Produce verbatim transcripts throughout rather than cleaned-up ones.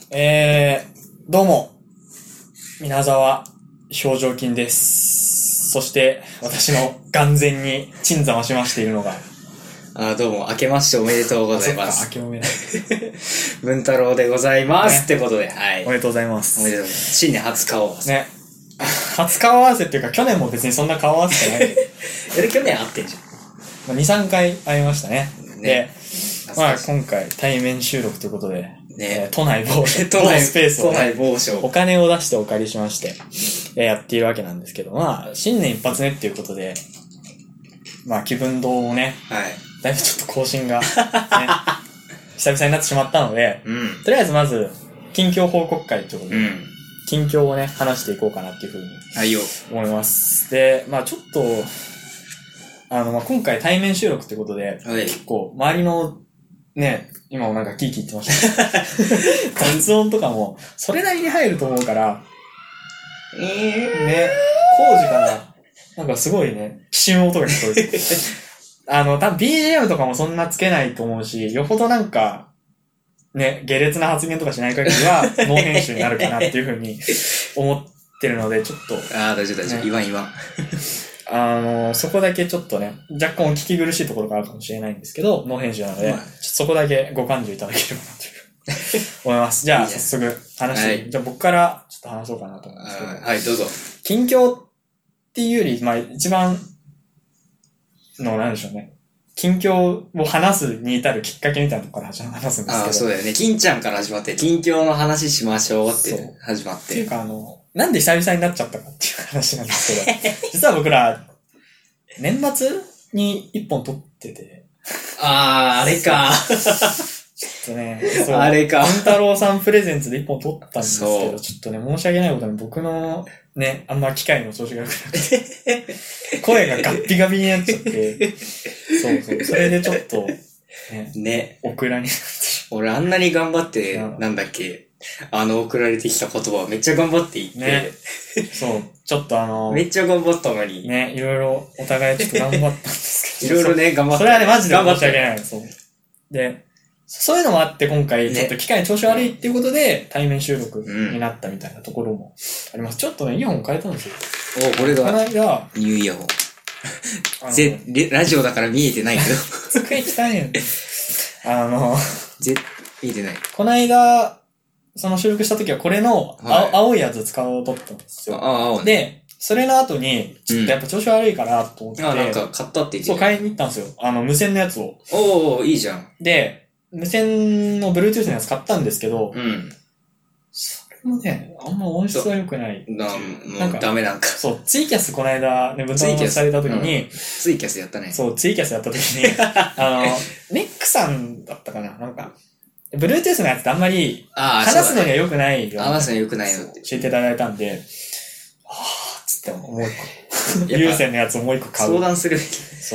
えー、どうも、皆沢表情筋です。そして、私の眼前に鎮座ましましているのが、 あどうも、明けましておめでとうございます。 明けおめだ。 文太郎でございます、 ね、 ってことで、はい。 おめでとうございます。 おめでとうございます。新年初顔合わせ。 ね。初顔合わせっていうか、去年も別にそんな顔合わせじゃない。 え、去年会ってんじゃん。 まあ、に、さんかい会いましたね。 ねで、まあ今回対面収録ということで、ねえー、都内某所、 都内スペースを、ね、 都内某所お金を出してお借りしまして、えー、やっているわけなんですけど、まあ、新年一発目っていうことで、まあ気分堂をね、 はい。 だいぶちょっと更新が、ね、久々になってしまったので、 うん。 とりあえずまず、近況報告会ということで、 うん。 近況をね、話していこうかなっていうふうに、 はいよ。 思います。で、まあちょっと、あの、まあ今回対面収録ってことで、 はい、 結構周りの、ね、今もなんかキーキー言ってましたね。雑音とかも、それなりに入ると思うから、 えー、 ね、工事かな。なんかすごいね、奇襲の音が聞こえる。あの、多分 ビージーエム とかもそんなつけないと思うし、よほどなんか、ね、下劣な発言とかしない限りは、ノー編集になるかなっていうふうに思ってるので、ちょっと。 ああ、大丈夫大丈夫。ね、言わん言わん。 あの、そこだけちょっとね、若干お聞き苦しいところがあるかもしれないんですけど、ノー編集なので、ちょっとそこだけご感情いただければなという思います。じゃあ、早速話して、はい、じゃあ僕からちょっと話そうかなと思うんですけど。 はい、どうぞ。 近況っていうより、まあ一番の、なんでしょうね。近況を話すに至るきっかけみたいなところから話すんですけど。 ああ、そうだよね。金ちゃんから始まって、近況の話しましょうって始まって。 っていうか、あの、なんで久々になっちゃったかっていう話なんですけど、実は僕ら、年末に一本撮ってて。 ああ、あれか。 ちょっとね、そう。 あれか。 文太郎さんプレゼンツで一本撮ったんですけど、ちょっとね、申し訳ないことに僕のね、あんま機械の調子が良くなくて、声がガッピガピになっちゃって、そうそう、それでちょっと、ね、 ね。 オクラになってしまう。俺あんなに頑張って、なんだっけ、あの送られてきた言葉をめっちゃ頑張っていって、 ね、そう、ちょっとあの、 めっちゃ頑張ったのに。 ね、いろいろお互いちょっと頑張ったんですけど、 いろいろね、頑張った。 それはね、マジで申し訳ない。そう。で、そういうのもあって今回、ちょっと機械の調子悪いっていうことで、対面収録になったみたいなところもあります。ちょっとね、イヤホン変えたんですよ。 お、これが、 この間、 ニューイヤホン。ぜ、ラジオだから見えてないけど。 机汚いよね。あの、 ぜ、見えてない。 この間、その収録した時はこれの青、はい、青いやつ使おうと思ったんですよ。 あ、青ね。 で、それの後に、ちょっとやっぱ調子悪いかなと思って。うん、 あ、なんか買ったって言ってた。 そう、買いに行ったんですよ。あの、無線のやつを。 おー、いいじゃん。 で、無線の Bluetooth のやつ買ったんですけど、 うん。 それもね、あんま音質は良くない。 な、なんか、ダメなんか。 そう、ツイキャスこの間、ね、ブタをされた時に、うん、 ツイキャスやったね。 そう、ツイキャスやった時に、あの、ネックさんだったかななんか、Bluetooth のやつってあんまり、話すのには良くないよ、ね。 話すのには良くないよって。 教えていただいたんで、はぁ、つってもう一個。有線のやつをもう一個買う。 相談するべき。 そう。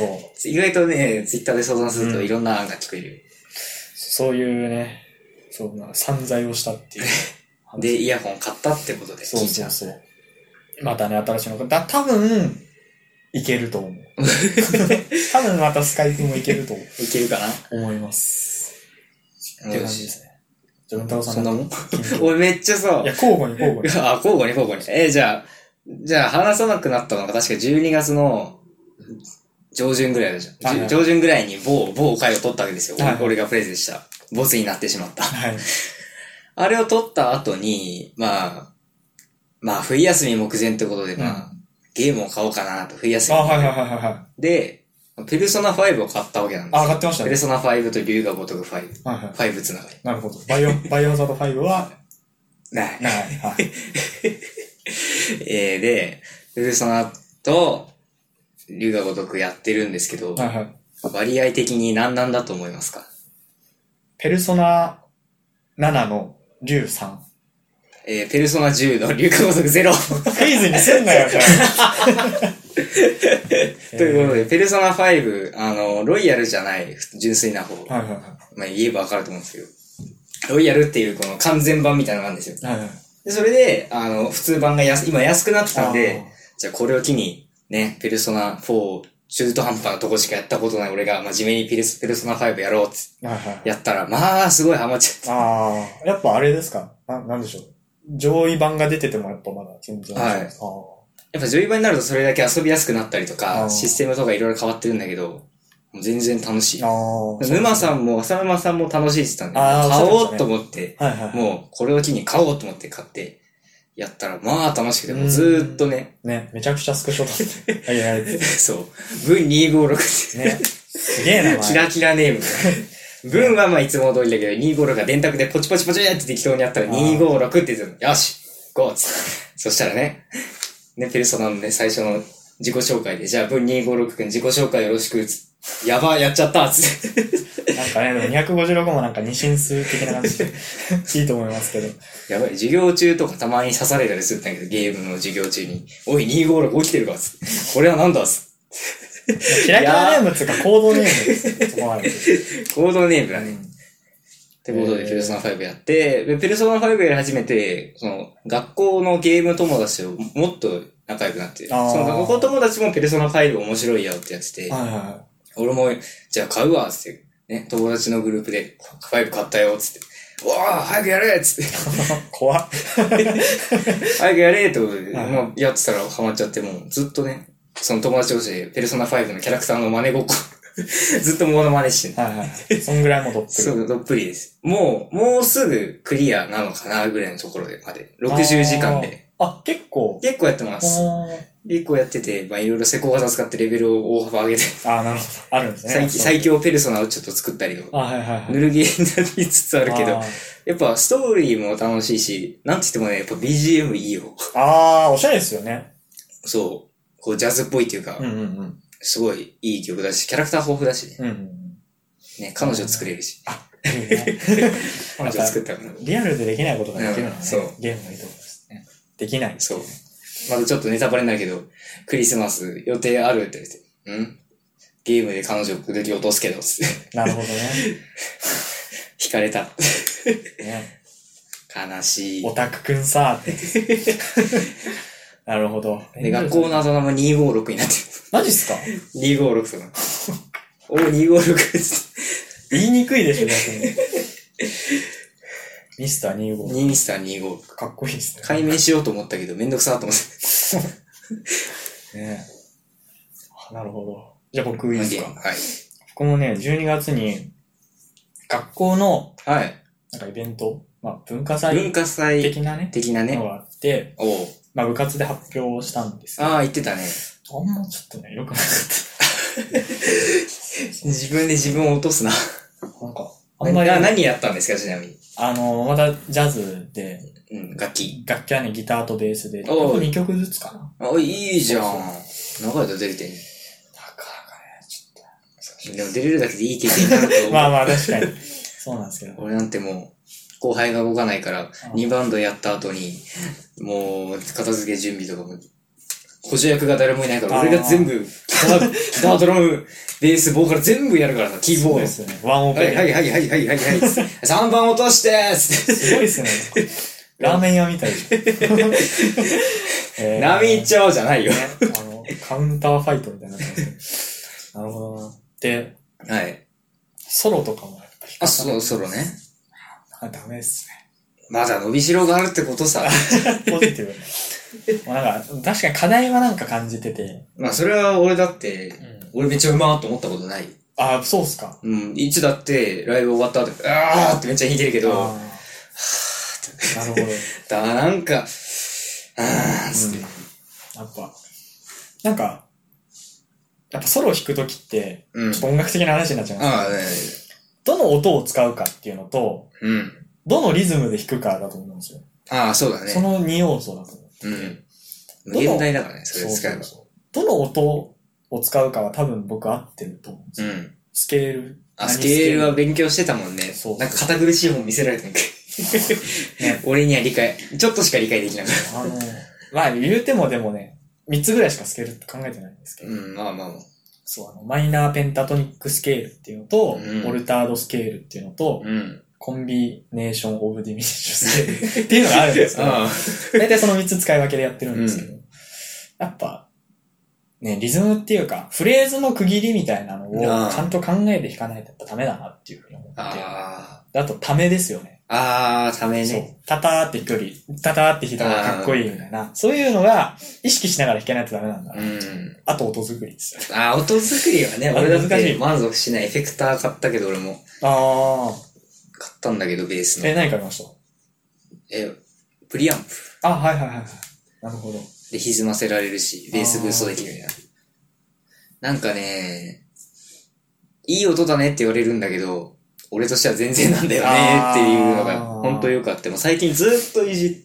意外とね、ツイッターで相談するといろんな案が聞こえる。 そういうね、そうな、散財をしたっていう。 で、イヤホン買ったってことで。 そうそうそう。またね、新しいのが、だ、多分、いけると思う。多分またスカイプもいけると思う。 いけるかな思います。って感じですね。じゃあ、文太郎さん。 そんなもん俺めっちゃさ。 いや、交互に交互に。 あ、交互に交互に。えー、じゃあ、じゃあ話さなくなったのが確かじゅうにがつの上旬ぐらいだじゃん。はいはい、上旬ぐらいに某、某回を撮ったわけですよ。はいはい、俺がプレゼンした。ボツになってしまった。はい、あれを撮った後に、まあ、まあ、冬休み目前ってことで、まあ、うん、ゲームを買おうかなと、冬休み。 あ、はいはいはいはい。 で、ペルソナファイブを買ったわけなんですよ。 あ、買ってましたね。 ペルソナファイブと龍が如くファイブ。 はいはい。 ファイブつながり。 なるほど。バイオ、バイオハザードファイブは、 ない。 ない。はい。 えー、で、ペルソナと龍が如くやってるんですけど、はいはい。割合的に何なんだと思いますか？ ペルソナななの龍さん。 えー、ペルソナじゅうの龍が如くゼロ。 クイズにすんなよ、じゃあ。 ということで、ペルソナファイブ、あの、ロイヤルじゃない、純粋な方。 はいはいはい。 まあ言えばわかると思うんですけど、ロイヤルっていうこの完全版みたいなのがあるんですよ。 はいはい。 で、それで、あの、普通版が安、今安くなってたんで、じゃあこれを機に、ね、ペルソナフォー中途半端なとこしかやったことない俺が、真面目にペルソペルソナファイブやろうってはいはい。 やったら、まあ、すごいハマっちゃった。 ああ、やっぱあれですかな、なんでしょう。上位版が出ててもやっぱまだ全然。 はい。あやっぱ上位版になるとそれだけ遊びやすくなったりとか、システムとかいろいろ変わってるんだけど、もう全然楽しい。ああ。沼さんも、浅沼さんも楽しいって言ってたんで、あ買おうと思って、はいはい、もうこれを機に買おうと思って買って、やったら、まあ楽しくて、もうずーっとね。 ね、めちゃくちゃスクショ撮って。はい、やられて。 そう。文にひゃくごじゅうろくって。ね。 すげえな、 キラキラネーム。文はまあいつも通りだけど、にひゃくごじゅうろくが電卓でポチポチポチって適当にやったらにひゃくごじゅうろくって言ってたの。よしゴーっつって。そしたらね、ね、ペルソナのね、最初の自己紹介で、じゃあ文にひゃくごじゅうろくくん自己紹介よろしく、つやば、やっちゃったつって。 なんかね、でもにひゃくごじゅうろくもなんか二進数的な感じでいいと思いますけど。 やばい、授業中とかたまに刺されたりするんだけど、ゲームの授業中に。おい、にひゃくごじゅうろく起きてるかつって。これはなんだつって。 キラキラネームっていうか、コードネームです。そこまで。 コードネームだね。うん、ってことで、ペルソナファイブやって、ペルソナファイブやり始めて、その、学校のゲーム友達ともっと仲良くなって、その学校友達もペルソナファイブ面白いよってやってて、はいはい、俺も、じゃあ買うわ、つって、ね、友達のグループで、ファイブ買ったよ、つって、うわぁ、早くやれつって。 怖っ。 早くやれってことで、はい、もうやってたらハマっちゃって、もうずっとね、その友達同士で、ペルソナファイブのキャラクターの真似ごっこ。ずっとモノマネしてる。 はいはい。そんぐらいもどっぷり。 そう、どっぷりです。もう、もうすぐクリアなのかなぐらいのところでまで。ろくじゅうじかんで。 あ、結構結構やってます。結構やってて、まあいろいろセコ技使ってレベルを大幅上げて。 あ、なるほど。あるんですね。 最最強ペルソナをちょっと作ったりとか。 あ、はいはいはい。 ぬるゲーになりつつあるけど、やっぱストーリーも楽しいし、なんて言ってもね、やっぱ ビージーエム いいよ。 あー、おしゃれですよね。 そう。こうジャズっぽいっていうか、うんうんうん、すごいいい曲だし、キャラクター豊富だしね。うんうん、ね、彼女作れるし。あ、いいね。彼女作ったから。 リアルでできないことができるのね、うん。そう。ゲームのいいところですね。できない。 そう。まだちょっとネタバレになるけど、クリスマス予定あるって言って、んゲームで彼女を口説き落とすけど、つって。 なるほどね。 惹かれた。ね、悲しい。 オタクくんさーって。なるほど。 で、学校のあだ名もにひゃくごじゅうろくになってる。 マジっすか ? にひゃくごじゅうろくとか。お、にひゃくごじゅうろく言いにくいでしょ、逆に。ミスターにひゃくごじゅうろく。 ミスターにひゃくごじゅうろく。 かっこいいですね。 解明しようと思ったけど、めんどくさーと思って。 ねえ。なるほど。じゃあ僕いいですか？ はい。 僕もね、じゅうにがつに、学校の、 はい。 なんかイベント、まあ文化祭。 文化祭。 的なね。 的なね。 のがあって、 おう。 まあ部活で発表したんですよ。ああ、言ってたね。 あんまちょっとね、良くなかった。 自分で自分を落とすな。 なんか、 あんまり。何やったんですか、ちなみに。 あの、またジャズで、 うん、楽器。 楽器はね、ギターとベースで、にきょくずつかな。 あ、いいじゃん。長い間出れてんね。 なかなかね、ちょっと。でも出れるだけでいい経験になると思う。 まあまあ、確かに。そうなんですけど。 俺なんてもう、後輩が動かないから、にバンドやった後に、もう、片付け準備とかも、補助役が誰もいないから、俺が全部、ギター、ギター、ドラム、ベース、ボーカル全部やるからさ、キーボード。そうですよね。ワンオペ。はいはいはいはいはいはいはい。さんばん落としてーつって。 すごいっすね。ラーメン屋みたいで。波一丁じゃないよ。 あの、カウンターファイトみたいになってますね。なるほどな。で、 はい。 ソロとかもやっぱあ、そう、ソロね。 あ、ダメっすね。 まだ伸びしろがあるってことさ。 ポジティブ。まあなんか、確かに課題はなんか感じてて。 まあそれは俺だって、うん、俺めっちゃうまーと思ったことない。 ああ、そうっすか。 うん。いつだって、ライブ終わった後、あーってめっちゃ弾いてるけど、はーって。なるほど。 だ、なんか、あーっつって、うん。 やっぱ、なんか、やっぱソロを弾くときって、ちょっと音楽的な話になっちゃいますけど、うん、あどの音を使うかっていうのと、うん、どのリズムで弾くかだと思うんですよ。 ああ、そうだね。 そのに要素だと思う。 うん。無限大だからね、それ使えば。そうそうそう。 どの音を使うかは多分僕合ってると思うんですよ。うん。スケール。 あ、スケールは勉強してたもんね。そう。なんか堅苦しい本見せられたんか。ね、俺には理解、ちょっとしか理解できなかった。あの、 まあ言うてもでもね、みっつぐらいしかスケールって考えてないんですけど。 うん、まあまあまあ。 そう、あの、マイナーペンタトニックスケールっていうのと、うん、オルタードスケールっていうのと、うん、コンビネーションオブディミニッシュスケールっていうのがあるんですけど、大体そのみっつ使い分けでやってるんですけど、うん、やっぱ、 ね、リズムっていうか、フレーズの区切りみたいなのをちゃんと考えて弾かないとやっぱダメだなっていうふうに思って。ああと、ためですよね。 ああ、ためね。そう。 タターって弾くより、タターって弾いた方がかっこいいみたいな。そういうのが意識しながら弾けないとダメなんだな。うん。あと音作りですよ。 ああ、音作りはね、俺だって満足しないエフェクター買ったけど俺も。ああ。買ったんだけど、ベースの。 え、何買いました？ え、プリアンプ。 あ、はいはいはい。なるほど。 で、歪ませられるし、ベースブーストできるみたいな。なんかね、いい音だねって言われるんだけど、俺としては全然なんだよねっていうのが本当よかった。もう最近ずっといじって。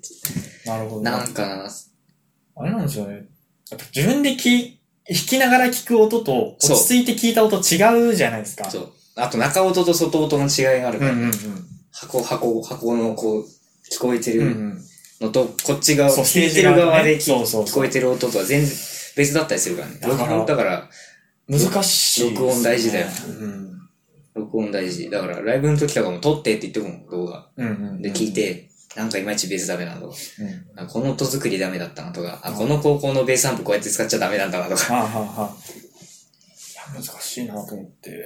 なるほど。なんかな。 あれなんですよね。やっぱ自分でき弾きながら聞く音と落ち着いて聞いた音違うじゃないですか。 そう。あと中音と外音の違いがあるから、ね。うんうんうん、箱、箱、箱のこう聞こえてるのと、こっち側、聞いてる側で聞こえてる音とは全然別だったりするからね。だから、だから難しい、 ね。録音大事だよ。うん録音大事。だから、ライブの時とかも撮ってって言っても動画。うんうんうんうん、で、聞いて、なんかいまいちベースダメなのとか、うん、この音作りダメだったなとか、あ、この高校のベースアンプこうやって使っちゃダメなんだなとか。はあはあはあ、 いや、難しいなと思って、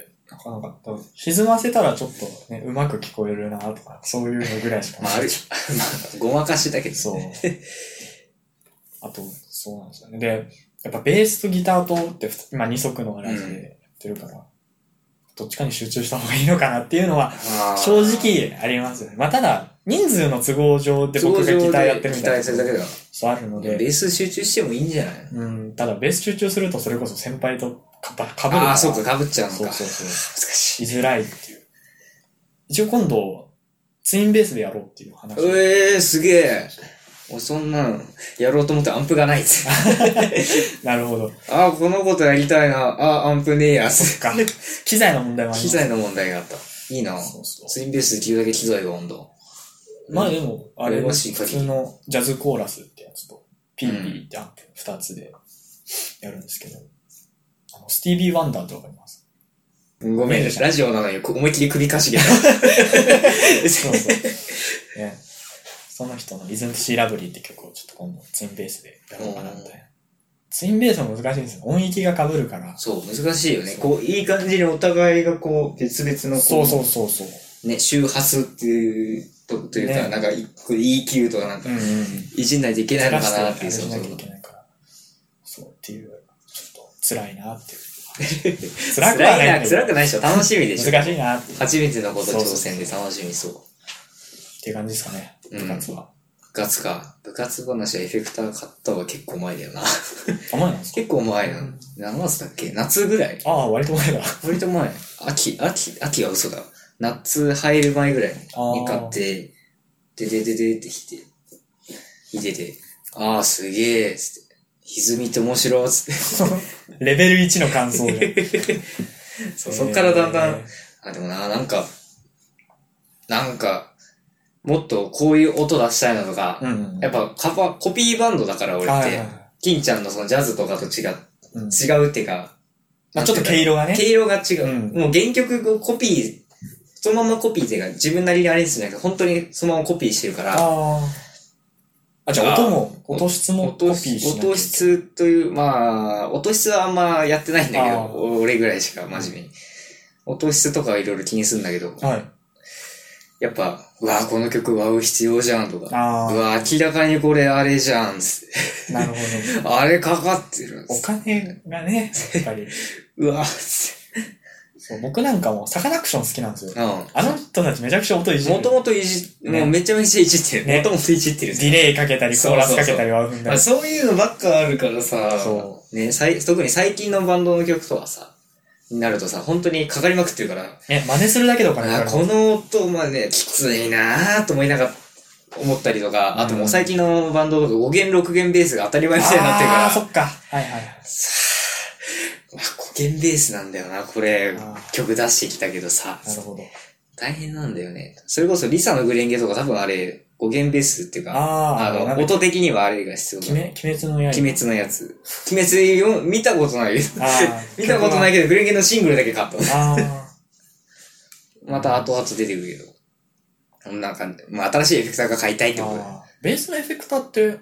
なかなか、歪ませたらちょっとね、うまく聞こえるなとか、そういうのぐらいしかない。まあ、ある、 まあ、ごまかしだけど。 そう。あと、そうなんですよね。で、やっぱベースとギターとって、今二足のラジでやってるから、うんどっちかに集中した方がいいのかなっていうのは、正直ありますよね。まあ、ただ、人数の都合上で僕がギターやってるみたいな。 ギターやってるだけだ。 そうあるので。 ベース集中してもいいんじゃない？ うん。ただ、ベース集中するとそれこそ先輩とかぶるから。 ああ、そうか、かぶっちゃうのか。 そうそうそう。難しい。居づらいっていう。一応今度、ツインベースでやろうっていう話。 ええー、すげえ。おそんなの、やろうと思ってアンプがないっす。 なるほど。 ああ、このことやりたいな。ああ、アンプねえや。 そっか。機材の問題もあります。 機材の問題があった。いいな。そうそうツインベースできるだけ機材が温度。 まあでも、あれは普通のジャズコーラスってやつと、ピーピーってアンプ二つでやるんですけど、あのスティービー・ワンダーってわかります？ ごめん、ラジオなのに思いっきり首かしげた。 そうそう。ねその人のリズムシーラブリーって曲をちょっと今度ツインベースでやろうかなみたいな。ツインベースも難しいんですよ。音域が被るから。 そう、難しいよね。こう、いい感じにお互いがこう、別々のこう。 そうそうそうそう。 ね、周波数っていう、と、というか、ね、なんか、イーキュー とかなんか、うんうん、いじんないといけないのかなっていう。いじんないといけないから。 そうっていう、ちょっと辛いなっていう。 辛くはない。辛くないでしょ。楽しみでしょ。 難しいなって。 初めてのこと挑戦で楽しみそう。 っていう感じですかね。部活は。 部活か。部活話はエフェクター買った方が結構前だよな。 あ、前なんですか？ 結構前なの。何月だっけ？夏ぐらい。 ああ、割と前だ。 割と前。秋、秋、秋は嘘だ。夏入る前ぐらいに買って、ででででって弾いて、弾いてて、ああ、すげえ、つって。歪みって面白い、つって。レベルいちの感想で。 そう、そっからだんだん、あ、でもな、なんか、なんか、もっとこういう音出したいのとか、うんうん、やっぱカパコピーバンドだから俺って、はいはいはい、金ちゃんのそのジャズとかと違う、うん、違うっていうか、 まあ、ちょっと毛色がね。 毛色が違う。うん、もう原曲をコピー、そのままコピーっていうか自分なりにアレンジするんじゃなくて、本当にそのままコピーしてるから。ああ、じゃあ音も、音質もコピーしなきゃいけない。 音質という、まあ、音質はあんまやってないんだけど、俺ぐらいしか真面目に。音質とかいろいろ気にするんだけど、はい。やっぱ、うわこの曲ワウ必要じゃんとか、うわ明らかにこれあれじゃんつって。なるほど。あれかかってるんです。お金がね、やっぱり。 うわつって。 そう、僕なんかもサカナクション好きなんですよ。うん。あの人たちめちゃくちゃ音いじってる。 もともといじ、ね、もうめちゃめちゃいじってる。もともといじってる。 ディレイかけたり、コーラスかけたりは踏んだり。そういうのばっかあるからさ、そう。ね、さい特に最近のバンドの曲とかさ、になるとさ、本当にかかりまくってるから。 え、真似するだけでお金かかる。 この音まできついなぁと思いながら、思ったりとか、うん、あともう最近のバンドとかご弦ろく弦ベースが当たり前みたいになってるから。 あー、そっか。はいはいはい。 ご弦ベースなんだよな、これ、曲出してきたけどさ。 なるほど。 大変なんだよね。それこそリサのグレンゲとか多分あれ、ご弦ベースっていうか、ああの、音的にはあれが必要だ、 ね。鬼滅の刃。 鬼滅のやつ。鬼滅よ、見たことないけど。見たことないけど、グレンゲのシングルだけ買った。あまた後々出てくるけど。なんか、まあ、新しいエフェクターが買いたいってことだ。 ベースのエフェクターって、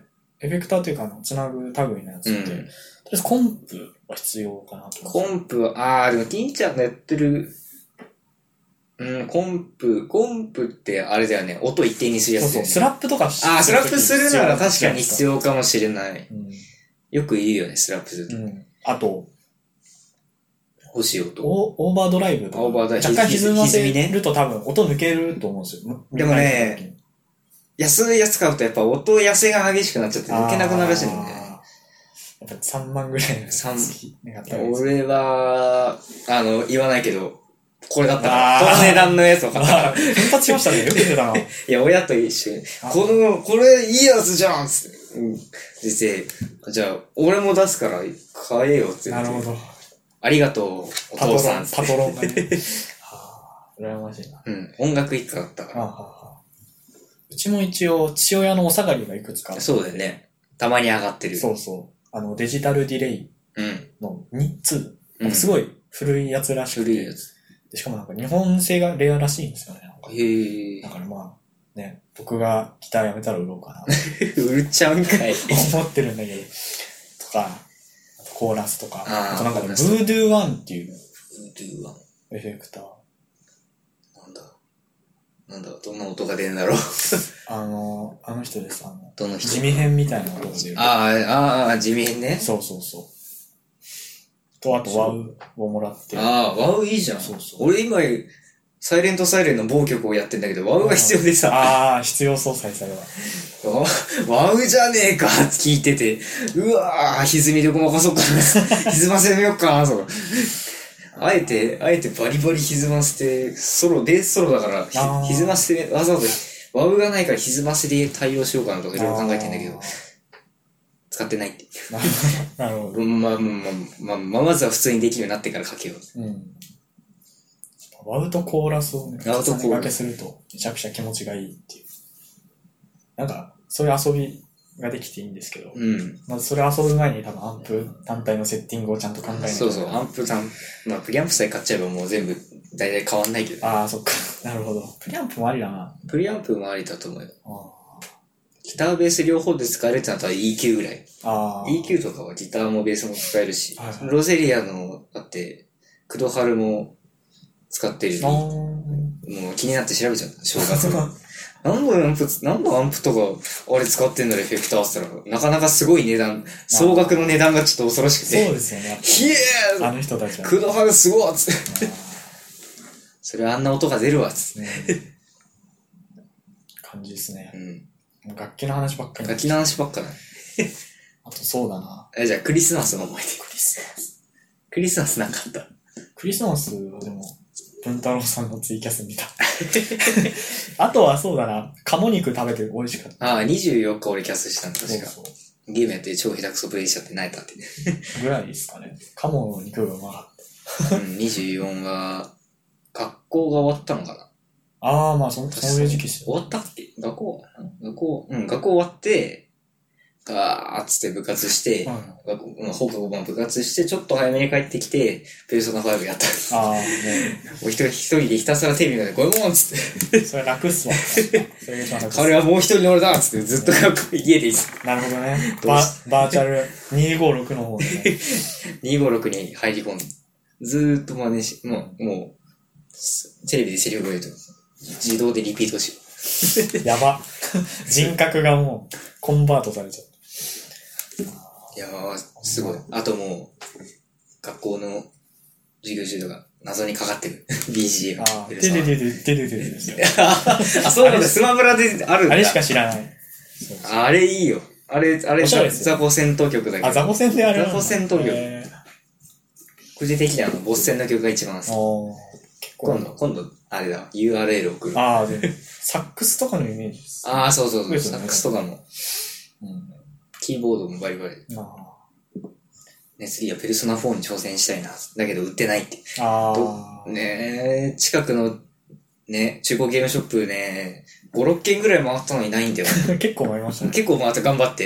エフェクターというか、あの、つなぐ類のやつって、うん、とりあえずコンプは必要かなと思って。コンプは、あー、でも、ティンちゃんがやってる、うん、コンプ、コンプってあれだよね、音一定にするやつだよね。 そうそう、スラップとかしあー、スラップするなら確かに必要かもしれない。うん、よく言うよね、スラップすると。うん、 あと、 欲しい音。 オーバードライブとか。オーバードライブ。若干歪ませると多分音抜けると思うんですよ。 でもね、安いやつ買うとやっぱ音痩せが激しくなっちゃって抜けなくなるらしいんだよね。 やっぱさんまんぐらいのさん俺は、あの、言わないけど、これだったから、この値段のやつを買ったから。 奮発しましたね。よく出てたな。いや、親と一緒に、この、これいいやつじゃんつって。うん。で、じゃあ、俺も出すから買えよって言って。なるほど。ありがとう、お父さん。 パトロンがね。はぁ、羨ましいな。 うん。音楽一家だったから。はあはあ、 うちも一応、父親のお下がりがいくつかある。 そうだよね。たまに上がってる。 そうそう。あの、デジタルディレイのにつ、うん、すごい古いやつらしくて。古いやつ。しかもなんか日本製がレアらしいんですよね。なんかへー。だからまあ、ね、僕がギターやめたら売ろうかな。 売っちゃうんかい。 思ってるんだけど。とか、コーラスとか、あとなんかね、ブードゥーワンっていう、ブードゥーワンエフェクター。 なんだなんだどんな音が出るんだろうあの、あの人です、あの、 どの人地味編みたいな音が出る。 ああ、ああ、地味編ね。 そうそうそう。と、あと、ワウをもらって。 ああ、ワウいいじゃん。そうそう。俺今、サイレントサイレンの某曲をやってんだけど、ワウが必要でさ。 ああ、必要そう、再生は。 ワウじゃねえかって聞いてて、うわー、歪みでごまかそうかな。歪ませようかな、とか。あえて、あえてバリバリ歪ませて、ソロ、ベースソロだから、歪ませて、わざわざ、ワウがないから歪ませで対応しようかなとかいろいろ考えてんだけど、使ってないって。なるほど。まあ、まあ、まあ、まあ、まずは普通にできるようになってからかけよう。うん。 ワウとコーラスをね、重ね掛けすると、めちゃくちゃ気持ちがいいっていう。なんか、そういう遊びができていいんですけど、うん。まずそれ遊ぶ前に多分アンプ単体のセッティングをちゃんと考えないと。 そうそう、アンプ単、まあ、プリアンプさえ買っちゃえばもう全部、大体変わんないけど。 ああ、そっか。なるほど。プリアンプもありだな。 プリアンプもありだと思うよ。あギターベース両方で使えるってなったら イーキュー ぐらい。あ イーキュー とかはギターもベースも使えるし、はいはい、ロゼリアの、だって、クドハルも使ってる。もう気になって調べちゃった、正月。何のアンプ、何のアンプとか、あれ使ってんだろ、エフェクターって言ったら、なかなかすごい値段、総額の値段がちょっと恐ろしくて。 そうですよね。 ひえーあの人たちは。 クドハルすごいっつって。それあんな音が出るわ、つって。 感じですね。うん楽器の話ばっかり。 楽器の話ばっかだね。 あとそうだな。 え、じゃあクリスマスの思い出。 クリスマス。 クリスマスなんかあった。 クリスマスはでも、文太郎さんのツイキャス見た。あとはそうだな。鴨肉食べて美味しかった。 ああ、にじゅうよっか俺キャスしたんだ、確か。そうそう。ゲームやって超下手くそプレイしちゃって泣いたってね。 ぐらいですかね。鴨の肉がうまかった。うん、にじゅうよんは、学校が終わったのかな。 ああ、まあそ、そういう時期っすよ。終わったっけ学校学校、うん、学校終わって、ガーッつって部活して、はい、学校、放課後も部活して、ちょっと早めに帰ってきて、ペルソナファイブやった。ああ、ね。もう一人、一人でひたすらテレビ見て、ごめんもんっつって。 それ楽っすわ。それが彼はもう一人の俺だっつって、ずっと学校、家でいいなるほどね。ババーチャルにーごーろくの方で、ね。 にーごーろくに入り込んで、ずーっと真似し、もう、もう、テレビでセリフを言うと、自動でリピートしよう。やば。人格がもう、コンバートされちゃった。 いやー、すごい。あともう、学校の授業中とか、謎にかかってる。ビージーエム。 ああ、てててててててて。 あ、そうなんだ。スマブラであるんだ。 あれしか知らない。 あれいいよ。あれ、あれ、ザコ戦闘曲だけど。 あ、ザコ戦であるザコ戦闘曲。個人的にはボス戦の曲が一番好き。今度、今度、あれだ、ユーアールエル 送る。 ああ、でも、サックスとかのイメージです。 ああ、そうそうそう、サックスとかも。うん、キーボードもバリバリ。ああ。ね、次はペルソナフォーに挑戦したいな。だけど売ってないって。ああ。ねえ、近くの、ね、中古ゲームショップね、ご、ろっけんぐらい回ったのにないんだよ。 結構回りましたね。 結構回って頑張って、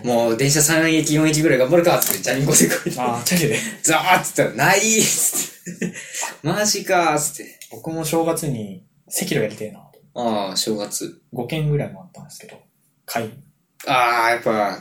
もう電車さんえき、よんえきぐらい頑張るかってチャリンコでこいて。 ああ、チャリで。 ザーッつったら、ないーっつって。マジかーっつって。 僕も正月に赤炉やりてえなと。 ああ、正月。 ごけんぐらい回ったんですけど、会。 ああ、やっぱ、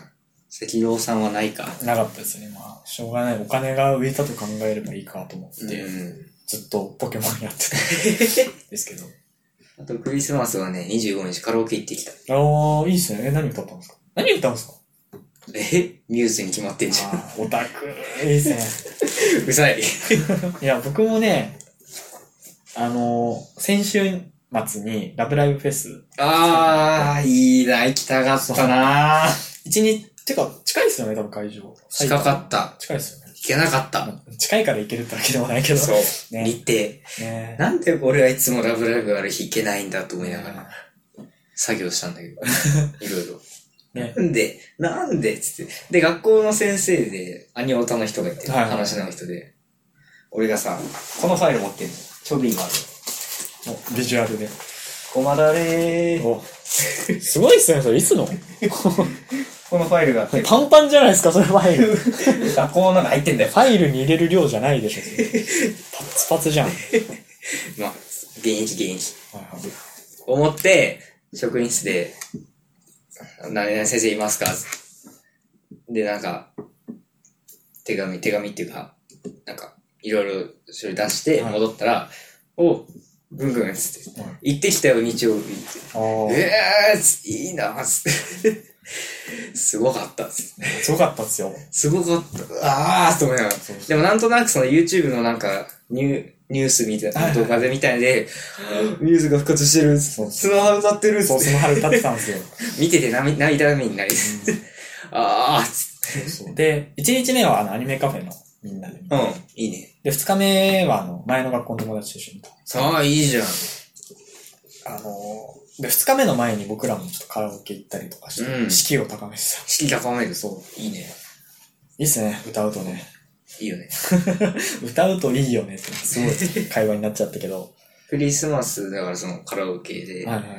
赤道さんはないか。 なかったですね。まあ、しょうがない。お金が浮いたと考えればいいかと思って、うん、ずっとポケモンやってたんですけど。 あとクリスマスはね、にじゅうごにちカラオケ行ってきた。 ああ、いいっすね。え、何歌ったんですか？何歌うんですか？ えミューズに決まってんじゃん。 あオタク、いいっすね。 うざい。 いや、僕もね、あのー、先週末にラブライブフェス。 ああ、いいな、行きたかったな。 一日、てか、近いっすよね、多分会場。 近かった。 近いっすよね。 行けなかった。 近いから行けるってわけでもないけど。 そう。ね、日程。ね、なんで俺はいつもラブライブある日行けないんだと思いながら、作業したんだけど。いろいろ。ね、なんでなんでつって。で、学校の先生で、アニオタの人がいて、はいはい、話の人で、俺がさ、このファイル持ってんの。ちょうど今ある。 ビジュアルで。 ごまだれー。 すごいっすね、それ。いつのこのファイルが。 パンパンじゃないですか、それファイル。 学校の中入ってんだよ。 ファイルに入れる量じゃないでしょ、パツパツじゃん。 まあ、現役現役。はいはい、思って、職員室で、何々先生いますかで、なんか、手紙、手紙っていうか、なんか、いろいろそれ出して戻ったら、はい、お、ぐんぐんつって、はい、行ってきたよ、日曜日って。ええー、いいなーつって。すごかったっす。 すごかったっすよ。 すごかった。あーと思いながら。でもなんとなくその YouTube のなんか、ニュー、ニュースみたいな動画でみたいで、ミューズが復活してる。スノハル歌ってる。 そう、スノハル歌ってたんですよ。 見てて涙目になり。あーつって。で、いちにちめはあのアニメカフェのみんなで。 うん、いいね。 で、ふつかめはあの、前の学校の友達と一緒にいた。ああ、いいじゃん。 あの、で、ふつかめの前に僕らもちょっとカラオケ行ったりとかして、うん、士気を高めてた。 士気高める、そう。いいね。 いいっすね、歌うとね。 いいよね。 歌うといいよねって、すごい会話になっちゃったけど。 クリスマス、だからそのカラオケで、はいはい、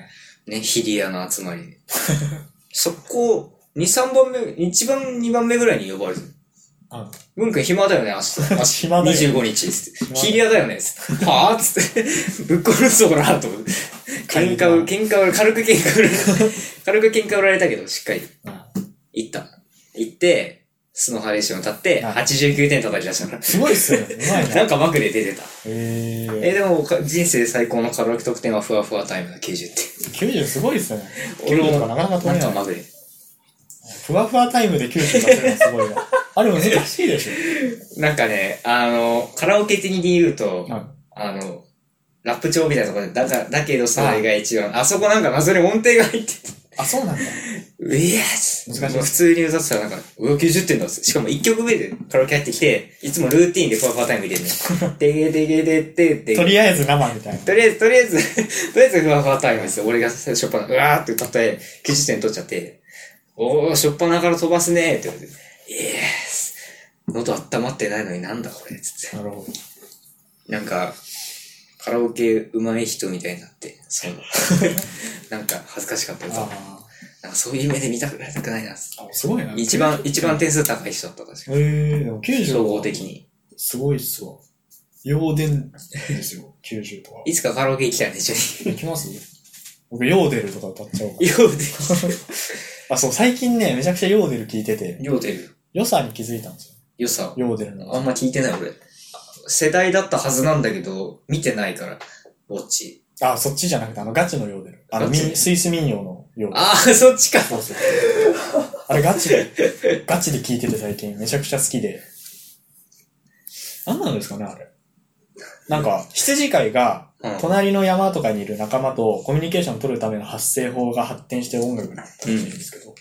ね、ヒリアの集まりで。そこ、に、さんばんめ、一番にばんめぐらいに呼ばれてる。ああ文君暇だよね、明日。明日暇だよね。にじゅうごにちつって。ヒリアだよねつって。はぁつって。ぶっ殺すぞ、こらと思って。喧嘩を、喧嘩を、軽く喧嘩売られた。軽く喧嘩売られたけど、しっかり。行った。行って、スノハレーションを歌って、はちじゅうきゅうてん叩き出したから。 すごいっすよね。うまいな。 なんかマクで出てた。 へー。 え、でも、人生最高のカラオケ得点はふわふわタイムだ、きゅうじゅってん。 きゅうじゅうすごいっすよね。きゅうじゅうとかなかなか取れない。 なんかマクで。 ふわふわタイムできゅうじゅう出せるのはすごいわ。あれ難しいでしょ。なんかね、あの、カラオケ的に言うと、はい、あの、ラップ調みたいなところで、だから、だけどそれが一番、あ, あそこなんか謎に音程が入ってて。 あ、そうなんだ。 ういやー難しい。普通に歌ってたらなんか、うわ、きゅうじゅってんだっつ。しかもいっきょくめでカラオケ入ってきて、いつもルーティーンでふわふわタイム入れるね。てげてげててて。 とりあえず生みたいな。 とりあえず、とりあえず、とりあえずふわふわタイムですよ。俺がしょっぱな、うわーって歌って、きゅうじゅってん取っちゃって、おー、しょっぱなから飛ばすねーって言われて、イエース。喉温まってないのになんだこれつって。 なるほど。 なんか、カラオケ上手い人みたいになって、そう。なんか恥ずかしかったよ。なんかそういう目で見たくなりたくないな。あ、 すごいな。 一番、一番点数高い人だった確かに。 へー、でもきゅうじゅう。 総合的に。 すごいっすわ。ヨーデンですよ、きゅうじゅうとか。 いつかカラオケ行きたいね、一緒に。行きます僕、ヨーデルとか歌っちゃおうか。 ヨーデルあ、そう、最近ね、めちゃくちゃヨーデル聞いてて。 ヨーデル良さに気づいたんですよ。 良さヨーデルの。 あんま聞いてない俺。世代だったはずなんだけど、見てないから、ウォッチ。 あ、そっちじゃなくて、あの、ガチのヨーデル。あの、スイス民謡のヨーデル。 ああ、そっちか。 そうそう。あれガチで、ガチで聞いてて最近めちゃくちゃ好きで。何なんですかね、あれ。なんか、羊飼いが、隣の山とかにいる仲間とコミュニケーションを取るための発声法が発展して音楽になったらしいんですけど、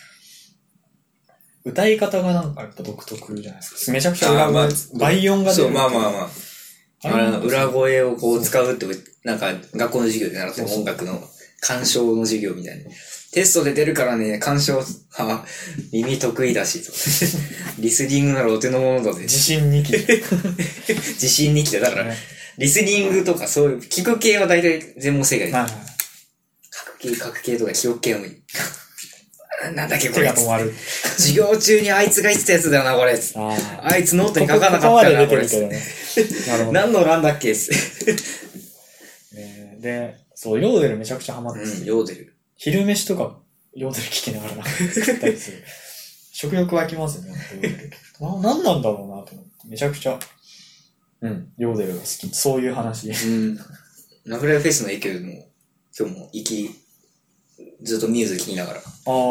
うん、歌い方がなんかやっぱ独特じゃないですか。めちゃくちゃ裏声、倍音が出る。 そう、まあまあまあ。あれの裏声をこう使うって、なんか学校の授業で習ってる音楽の鑑賞の授業みたいな。テストで出るからね、鑑賞、は耳得意だし、リスニングならお手の物だぜ。 自信にき。 自信にきて、だから、リスニングとかそういう、聞く系は大体全問正解で。書く系、書く系とか記憶系は無理。なんだっけこれ。 手が止まる。 授業中にあいつが言ってたやつだよな、これ。あ, あいつノートに書かなかったよな、これ。何の欄だっけで、そう、ヨーデルめちゃくちゃハマってて。 うん、ヨーデル。 昼飯とか、ヨーデル聞きながらなんか作ったりする。 食欲湧きますよね。な、なんなんだろうなと思って。めちゃくちゃ、うん、ヨーデルが好き。そういう話。 うん。ラブライブフェスの影響でも、今日も行き、ずっとミューズ聴きながら。ああ。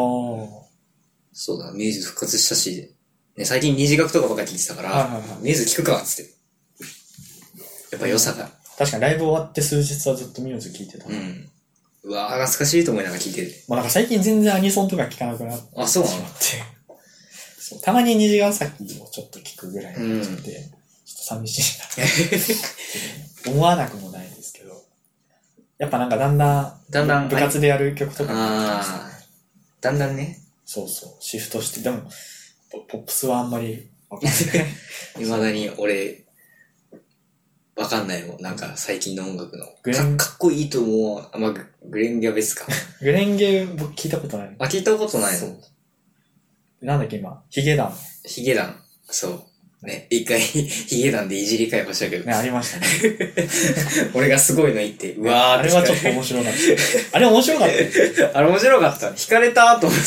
そうだ、ミューズ復活したし、ね、最近二次学とかばっかり聴いてたから、はいはいはい、ミューズ聴くかっつって。やっぱ良さが。 確かにライブ終わって数日はずっとミューズ聴いてた。 うん。うわぁ、懐かしいと思いながら聴いてる。 まあなんか最近全然アニソンとか聴かなくなってしまって。あ、そうなのそう。たまに虹ヶ崎をちょっと聴くぐらいになっちゃって、うん、ちょっと寂しいな思わなくもないですけど。やっぱなんかだんだん、だんだん部活でやる曲とか、ね、 あだんだんね。 そうそう、シフトして、でも、ポップスはあんまりわかんない。 未だに俺、わかんないもん。なんか最近の音楽の。グレンか、かっこいいと思う。あ、まあ、グレンゲベスか。 グレンゲ僕聞いたことない。 あ、聞いたことないの？そう。 なんだっけ今、ヒゲダン。 ヒゲダン。そう。ね、一回、ヒゲダンでいじり会をしたけど。 ね、ありましたね。 俺がすごいの言って、うわーって。 あれはちょっと面白かった。あれ面白かったあれ面白かった。惹かれたと思って。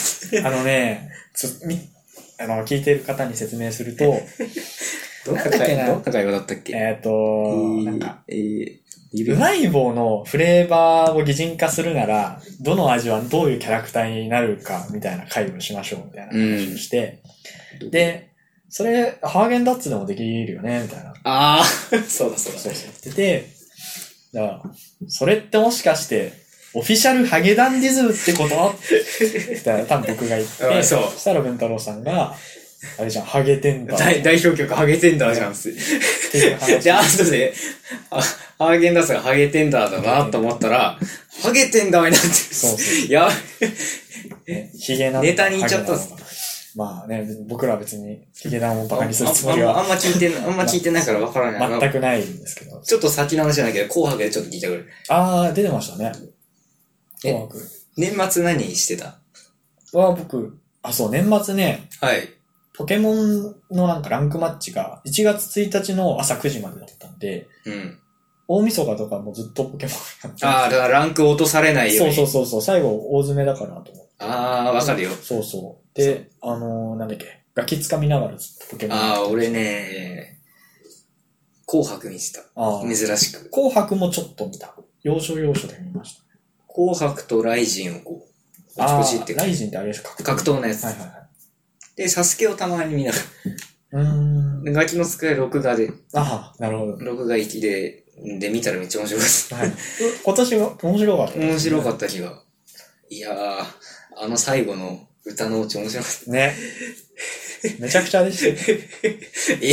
あのね、つみあの、聞いてる方に説明すると、 どんな会話どんな会話だったっけ？ えっと、えー、なんか、えー、うまい棒のフレーバーを擬人化するなら、どの味はどういうキャラクターになるか、みたいな会をしましょう、みたいな話をして、うん、で、それ、ハーゲンダッツでもできるよねみたいな。 ああ、そうだそうだ。 そうそう。言ってて、だから、それってもしかして、オフィシャルハゲダンディズムってことって言ったら多分僕が言って、そう。そしたら文太郎さんが、あれじゃん、ハゲテンダー。 代代表曲ハゲテンダーじゃんっす。で、後で、ハーゲンダッツがハゲテンダーだなと思ったら、ハゲテンダーになってる。そうそう。やばい。 ヒゲなネタに言っちゃったっす。 まあね、僕らは別にヒゲダンをバカにするつもりはあんま聞いて、あんま聞いてないからわからない。 全くないんですけど。 ちょっと先の話じゃないけど、紅白でちょっと聞いたぐらい。 あー、出てましたね。 紅白。年末何してた？ は僕、あ、そう、年末ね。 はい。 ポケモンのなんかランクマッチがいちがつついたちの朝くじまでだったんで、うん。大晦日とかもずっとポケモンやって。 ああ、だからランク落とされないように。 そうそうそうそう、最後大詰めだからと思って。 ああ、わかるよ。 そうそう。で、あのー、なんだっけ、ガキつかみながらずっとポケモン。 ああ、俺ね、紅白見てた。あ珍しく。 紅白もちょっと見た。要所要所で見ました。 紅白とライジンをこう、 ああ、ライジンってあれですか？ 格闘のやつ。はいはいはい。で、サスケをたまに見ながら。うーん。ガキの使い録画で。 ああ、なるほど。 録画行きで、で、見たらめっちゃ面白かった。はい。 今年は面白かった、 ね。面白かった日が。いやー、あの最後の歌のうち面白かった。 ね。めちゃくちゃでしたよ。 え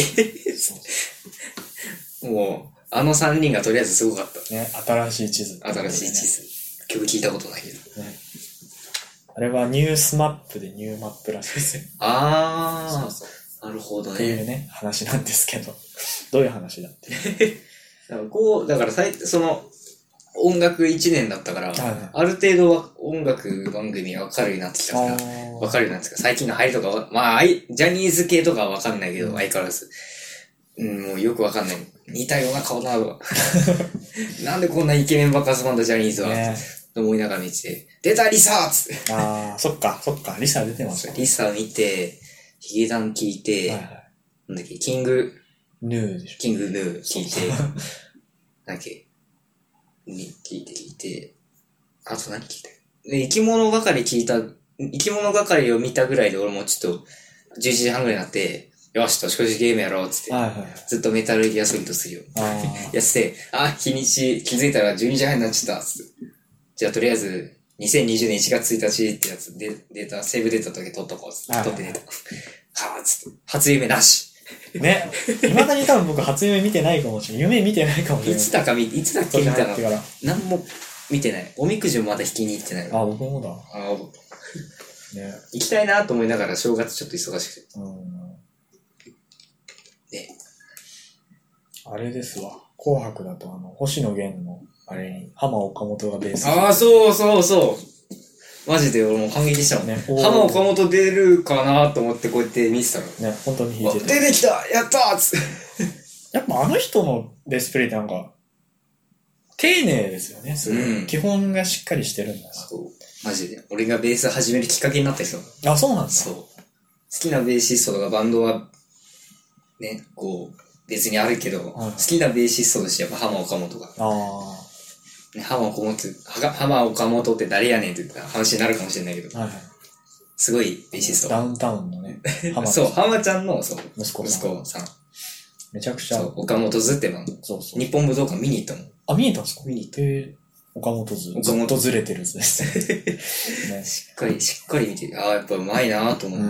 そうもう、あの三人がとりあえずすごかった。 ね、新しい地図、ね。 新しい地図。曲聞いたことないけど。ね。 あれはニュースマップでニューマップらしいですよ。 あー。そうそう。なるほどね。 っていうね、話なんですけど。どういう話だって。 だからこう、だから最、その、音楽いちねんだったから、はい、ある程度は音楽番組がわかるようになってきたから、わかるようになってきた。最近の入りとかは、まあ、ジャニーズ系とかはわかんないけど、うん、相変わらず。うん、もうよくわかんない。似たような顔だわ。なんでこんなイケメンばっか集まんだジャニーズは。ね、と思いながら見てて、出たリサーつって。 ああ、そっか、そっか、リサ出てますよ、ね。 リサ見て、ヒゲダン聞いて、はいはい、なんだっけ、キング、 ヌーでしょ。 キングヌー聞いて、なんだっけ、に聞いて聞いて、あと何聞いたで、生き物係聞いた、生き物係を見たぐらいで俺もちょっと、じゅういちじはんぐらいになって、よし、年越しゲームやろうっつって、はいはいはい、ずっとメタルギアソリッドするよ。やってて、あ、日にち気づいたらじゅうにじはんになっちゃったっつって。じゃあとりあえず、にせんにじゅうねんいちがつついたちってやつで、データ、セーブデータだけ取っとこうっつって、取ってデータ。はぁ、つって、初夢なし。 ね。未だに多分僕初夢見てないかもしれない。夢見てないかもしれない。 いつだか見、いつだっけ見たの何も見てない。おみくじもまだ引きに行ってない。 あ、僕もだ。 あ、僕。ね。行きたいなと思いながら正月ちょっと忙しくて。うん。ね。 あれですわ。紅白だとあの、星野源の、あれに、浜岡本がベース。 ああ、そうそうそう。マジで俺も感激したもんね。浜岡本出るかなと思ってこうやって見てたの。 ね、本当に弾いてた。出てきたやったーっつって。 やっぱあの人のベースプレイってなんか、丁寧ですよね。すごい、うん。基本がしっかりしてるんだな。 そう。マジで。俺がベース始めるきっかけになった人。 あ、そうなんだ。 そう。 きなベーシストとかバンドは、ね、こう、別にあるけど、 はい、 好きなベーシストとしてやっぱ浜岡本が。 あね、浜岡本、浜岡本って誰やねんって言ったら話になるかもしれないけど、 はいはい、 すごいベーシスト。 ダウンタウンのね、 浜そう、浜ちゃんの、そう、 息子さん。息子さん。 めちゃくちゃ。 そう、岡本図ってバンド。 そうそう。 日本武道館見に行ったもん。 あ、見に行ったんですか？ 見に行った。 へー、岡本図。岡本ずれてる図ですね。しっかり、しっかり見て、ああ、やっぱうまいなと思う。 うん。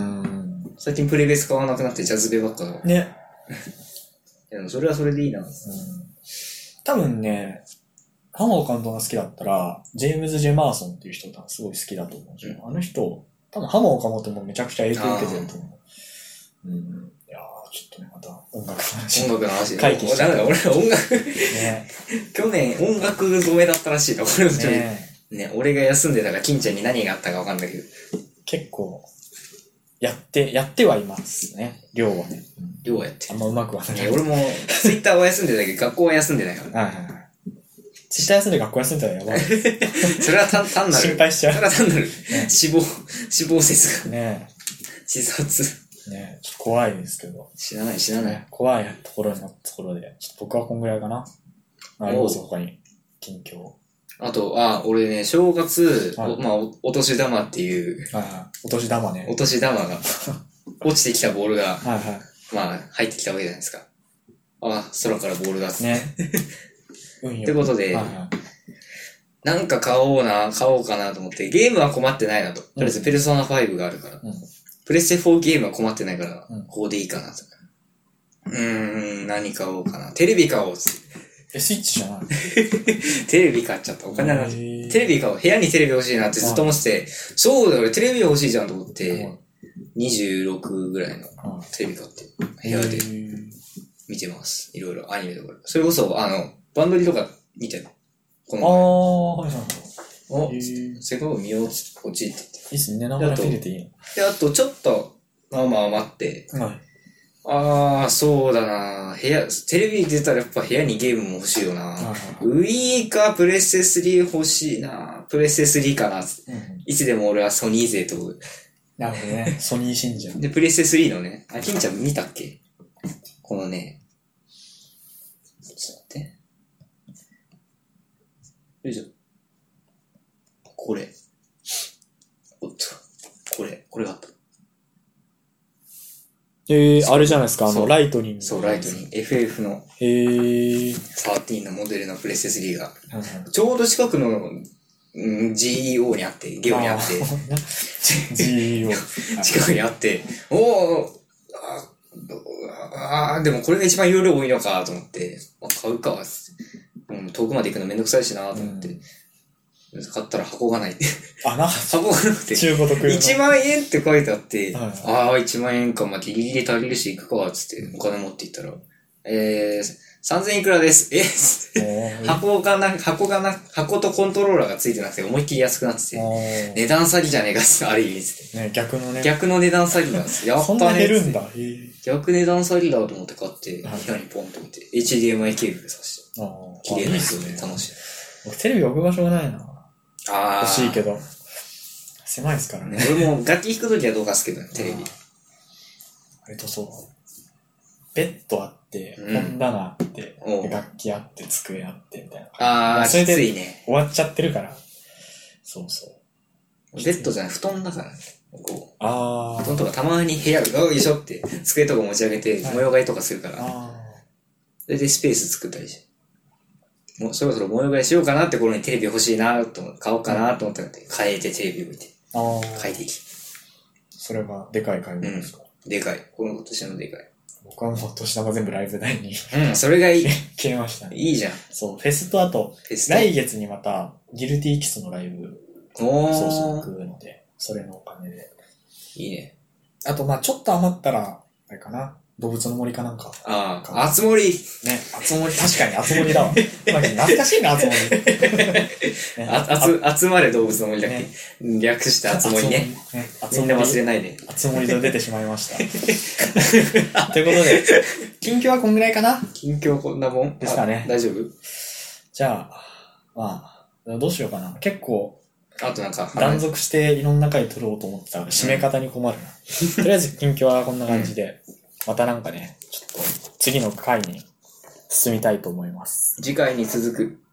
最近プレベース買わなくなってジャズベばっかだわ。 ね。 でもそれはそれでいいな。うん。 多分ね、浜岡監督が好きだったら、ジェームズ・ジェマーソンっていう人がすごい好きだと思うし、うん、あの人、多分浜岡本もめちゃくちゃ影響受けてると思う。うん。いやー、ちょっとね、また音楽の話。 音楽の話。 回帰して。 なんか俺ら音楽、ね、去年音楽止めだったらしいな、俺もちょっと。ね, ね、俺が休んでたから金ちゃんに何があったかわかんないけど。 結構、やって、やってはいますね。量はね。 量はやってる。 あんまうまくはない。 俺も、ツイッターは休んでたけど、学校は休んでないから。 はいはいはい。ツイッター休んで学校休んでたらやばい。 それは単単なる。 心配しちゃう。 それは単なる。ね、死亡、死亡説が。 ねえ。自殺。 ねえ、ちょっと怖いですけど。 知らない、知らない。 ね、怖いところのところで、ちょっと僕はこんぐらいかな。あります他に、近況。 あと、あ、俺ね、正月、はい、まあお、お年玉っていう。 はいはい。お年玉ね。 お年玉が、落ちてきたボールが、 はいはい。 まあ、入ってきたわけじゃないですか。あ、空からボールが。 ね。 うん、ってことで、はいはい、なんか買おうな、買おうかなと思って、ゲームは困ってないなと。とりあえず、ペルソナファイブがあるから。うん、プレステフォーゲームは困ってないから、うん、ここでいいかなと。うーん、何買おうかな。テレビ買おうっつって。 え、スイッチじゃないテレビ買っちゃった。お金なくて。テレビ買おう。部屋にテレビ欲しいなってずっと思ってて、そうだよ、俺テレビ欲しいじゃんと思って、にじゅうろくぐらいのテレビ買って、部屋で見てます。いろいろアニメとか。それこそ、あの、バンドリとか見てる。この前。あー、はいはいはい。 お、せっかく見ようっつって、こっち行ってて。 いいっすね、寝ながら見れていいの。 で、あと、ちょっと、まあまあ待って、はい。ああ、そうだな。部屋、テレビ出たらやっぱ部屋にゲームも欲しいよな。ウィーかプレステスリー欲しいな。プレステスリーかな。うん、いつでも俺はソニー勢と。 なるほどね。ソニー信者。 で、プレステスリーのね。あ、金ちゃん見たっけこのね。ちょっと待って。よいしょ。これ。おっと。これ。これがあった。 えー、あれじゃないですか、あの、ライトニング。 そう、ライトニング。エフエフ の。 へー。 じゅうさんのモデルのプレステスリーが。ちょうど近くの、うん、ジーイーオー にあって、ゲオにあって。 ジーイーオー。 近くにあって、おー、ああ、でもこれが一番容量多いのかと思って、まあ、買うか、つって。うん、遠くまで行くのめんどくさいしなと思って。うん買ったら箱がないって。 あ、な、 箱がなくて。 中古特有の。 いちまん円って書いてあって、 はいはい、 ああ、いちまん円か、まあ、ギリギリ足りるし行くか、つってお金持って行ったら、えー、さんぜんいくらです。え箱がな、箱がな、箱とコントローラーがついてなくて思いっきり安くなってて、値段詐欺じゃねえかっつって、ある意味つって。 ね、逆のね。 逆の値段詐欺なんですよ。やったね。 そんな減るんだ。 逆値段詐欺だと思って買って、部屋にポンと置いて、エイチディーエムアイ ケーブルさして。綺麗なやつで楽しい。 僕テレビ置く場所がないな。 あ欲しいけど。狭いですからね。 俺も楽器弾くときはどうかすけどね、テレビ。 割とそう。ベッドあって、うん、本棚あって、楽器あって、机あって、みたいな。 ああ、 それできついね。 終わっちゃってるから。そうそう。 ベッドじゃない、布団だからね。こう。 ああ。 布団とかたまに部屋が、よいしょって、机とか持ち上げて、模様替えとかするから。 あそれでスペース作ったりして。もうそろそろ模様替えしようかなって頃にテレビ欲しいなと思って、買おうかなと思ったら、変えてテレビ置いて。 ああ。 変えていき。 それがでかい買い物ですか、 うん、でかい。この今年のでかい。 僕はもう年玉全部ライブ代に。 うん、それがいい。 消えましたね。 いいじゃん。 そう、フェスとあと、来月にまた、ギルティーキスのライブ、 おー。 そうそう行くので、それのお金で。 いいね。 あと、まあちょっと余ったら、あれかな。動物の森かなんか。 ああ、あつ森。 ね、あつ森、確かにあつ森だわ。懐かしいな、あつ森。 ね、あ、あつ、あつまれ動物の森だっけ、ね、略してあつ森ね。みんな忘れないで。 あつ森と出てしまいました。ということで、近況はこんぐらいかな近況こんなもんですかね。 大丈夫じゃあ、まあ、どうしようかな。結構、 あとなんか、 断続していろんな回撮ろうと思ってたら、締め方に困るな。とりあえず近況はこんな感じで、うん、またなんかね、ちょっと次の回に進みたいと思います。 次回に続く。